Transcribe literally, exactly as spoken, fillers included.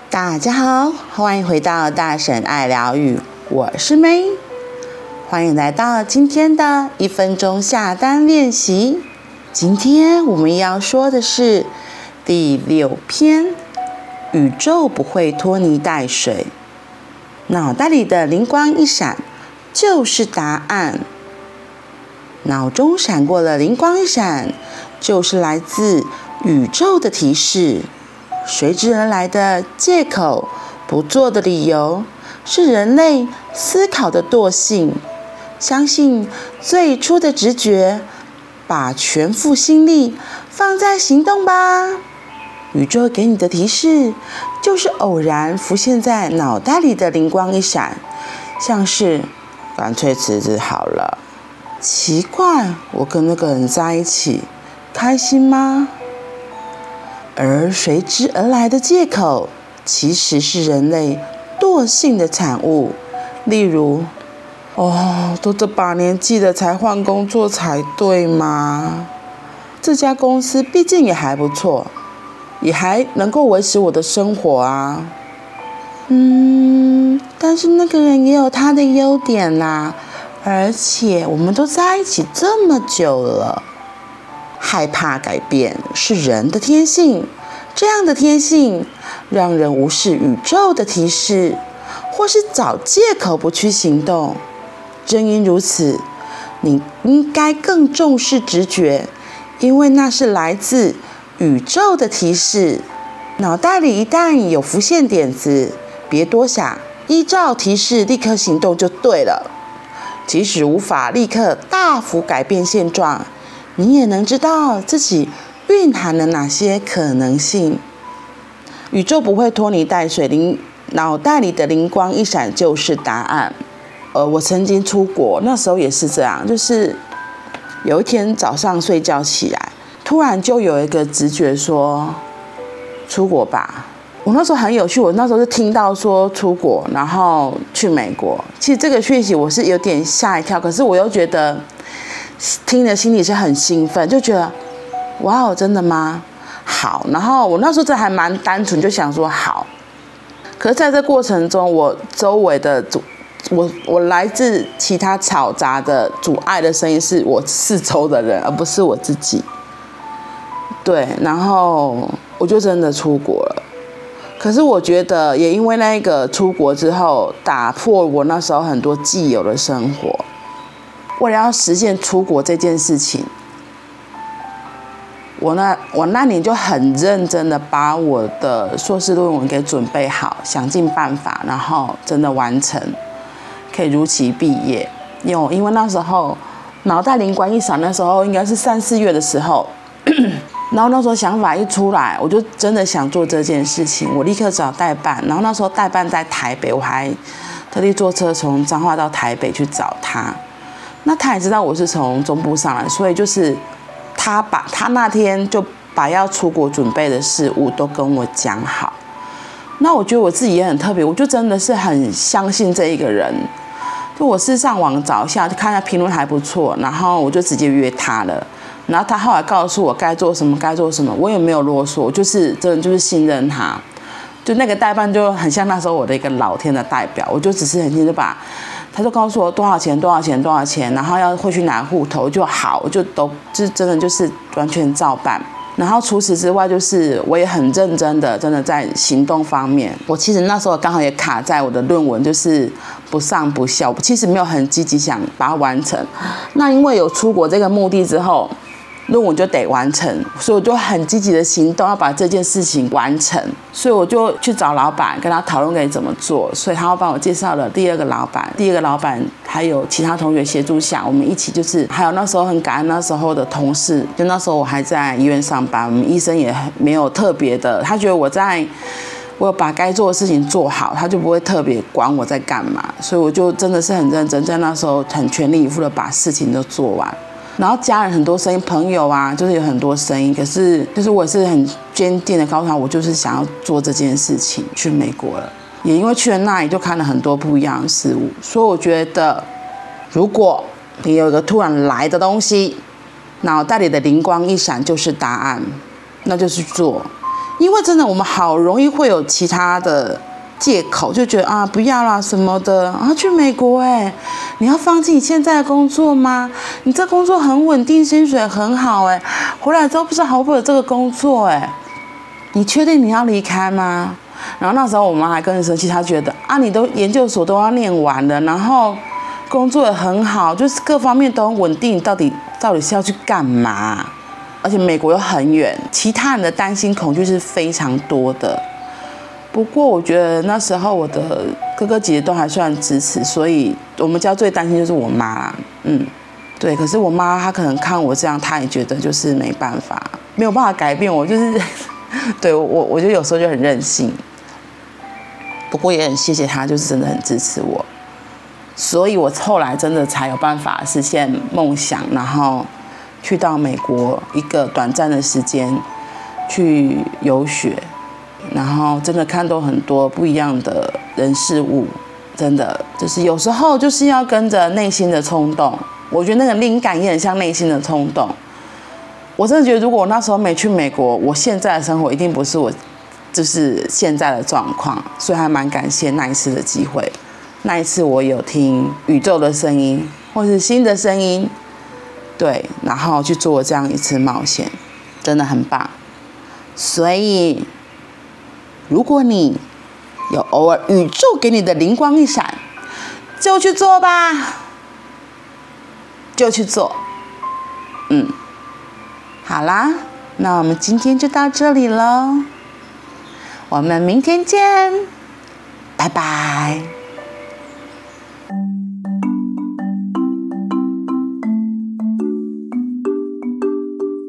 大家好，欢迎回到大神爱疗愈，我是 May， 欢迎来到今天的一分钟下单练习。今天我们要说的是第六篇，宇宙不会拖泥带水。脑袋里的灵光一闪，就是答案。脑中闪过了灵光一闪，就是来自宇宙的提示。随之而来的借口、不做的理由，是人类思考的惰性。相信最初的直觉，把全副心力放在行动吧。宇宙给你的提示，就是偶然浮现在脑袋里的灵光一闪，像是干脆辞职好了。奇怪，我跟那个人在一起，开心吗？而随之而来的借口，其实是人类惰性的产物。例如，哦，都这把年纪了才换工作才对嘛？这家公司毕竟也还不错，也还能够维持我的生活啊。嗯，但是那个人也有他的优点啦，而且我们都在一起这么久了。害怕改变是人的天性，这样的天性让人无视宇宙的提示，或是找借口不去行动。正因如此，你应该更重视直觉，因为那是来自宇宙的提示。脑袋里一旦有浮现点子，别多想，依照提示立刻行动就对了。即使无法立刻大幅改变现状，你也能知道自己蕴含了哪些可能性。宇宙不会拖泥带水，灵脑袋里的灵光一闪就是答案。呃，我曾经出国，那时候也是这样，就是有一天早上睡觉起来，突然就有一个直觉说出国吧。我那时候很有趣，我那时候是听到说出国，然后去美国。其实这个讯息我是有点吓一跳，可是我又觉得听了心里是很兴奋，就觉得哇哦，真的吗？好，然后我那时候真的还蛮单纯，就想说好。可是在这过程中，我周围的阻，我我来自其他嘈杂的阻碍的声音，是我四周的人，而不是我自己。对，然后我就真的出国了。可是我觉得，也因为那个出国之后，打破我那时候很多既有的生活。为了要实现出国这件事情，我那我那年就很认真的把我的硕士论文给准备好，想尽办法，然后真的完成，可以如期毕业。因为因为那时候脑袋灵光一闪，那时候应该是三四月的时候，然后那时候想法一出来，我就真的想做这件事情，我立刻找代办，然后那时候代办在台北，我还特地坐车从彰化到台北去找他。那他也知道我是从中部上来，所以就是他把他那天就把要出国准备的事物都跟我讲好。那我觉得我自己也很特别，我就真的是很相信这一个人。就我是上网找一下，就看一下评论还不错，然后我就直接约他了。然后他后来告诉我该做什么，该做什么，我也没有啰嗦，我就是真的就是信任他。就那个代办就很像那时候我的一个老天的代表，我就只是很轻就把。他就告诉我多少钱多少钱多少钱，然后要会去拿户头就好，我就都就是真的就是完全照办。然后除此之外，就是我也很认真的，真的在行动方面，我其实那时候刚好也卡在我的论文就是不上不下，我其实没有很积极想把它完成。那因为有出国这个目的之后，论文就得完成，所以我就很积极的行动，要把这件事情完成。所以我就去找老板，跟他讨论该怎么做。所以他要帮我介绍了第二个老板，第二个老板还有其他同学协助下，我们一起就是还有那时候很感恩那时候的同事，就那时候我还在医院上班，我们医生也没有特别的，他觉得我在。我有把该做的事情做好，他就不会特别管我在干嘛，所以我就真的是很认真，在那时候很全力以赴的把事情都做完。然后家人很多声音，朋友啊，就是有很多声音，可是就是我也是很坚定的告诉他，我就是想要做这件事情，去美国了。也因为去了那里，就看了很多不一样的事物，所以我觉得，如果你有一个突然来的东西，脑袋里的灵光一闪就是答案，那就是做。 因为真的我们好容易会有其他的借口，就觉得啊不要啦什么的，啊去美国哎、欸，你要放弃你现在的工作吗？你这工作很稳定，薪水很好哎、欸，回来之后不知道还会有这个工作哎、欸，你确定你要离开吗？然后那时候我妈还跟着生气，她觉得啊你都研究所都要念完了，然后工作也很好，就是各方面都很稳定，你到底到底是要去干嘛？而且美国又很远，其他人的担心恐惧是非常多的。不过我觉得那时候我的哥哥姐姐都还算支持，所以我们家最担心就是我妈啦，嗯，对。可是我妈她可能看我这样，她也觉得就是没办法，没有办法改变我，就是对我我觉得有时候就很任性。不过也很谢谢她，就是真的很支持我，所以我后来真的才有办法实现梦想，然后去到美国一个短暂的时间去游学。然后真的看到很多不一样的人事物，真的就是有时候就是要跟着内心的冲动。我觉得那个灵感也很像内心的冲动。我真的觉得，如果我那时候没去美国，我现在的生活一定不是我就是现在的状况。所以还蛮感谢那一次的机会。那一次我有听宇宙的声音，或是新的声音，对，然后去做这样一次冒险，真的很棒。所以如果你有偶尔宇宙给你的灵光一闪，就去做吧，就去做。嗯，好啦，那我们今天就到这里咯，我们明天见，拜拜。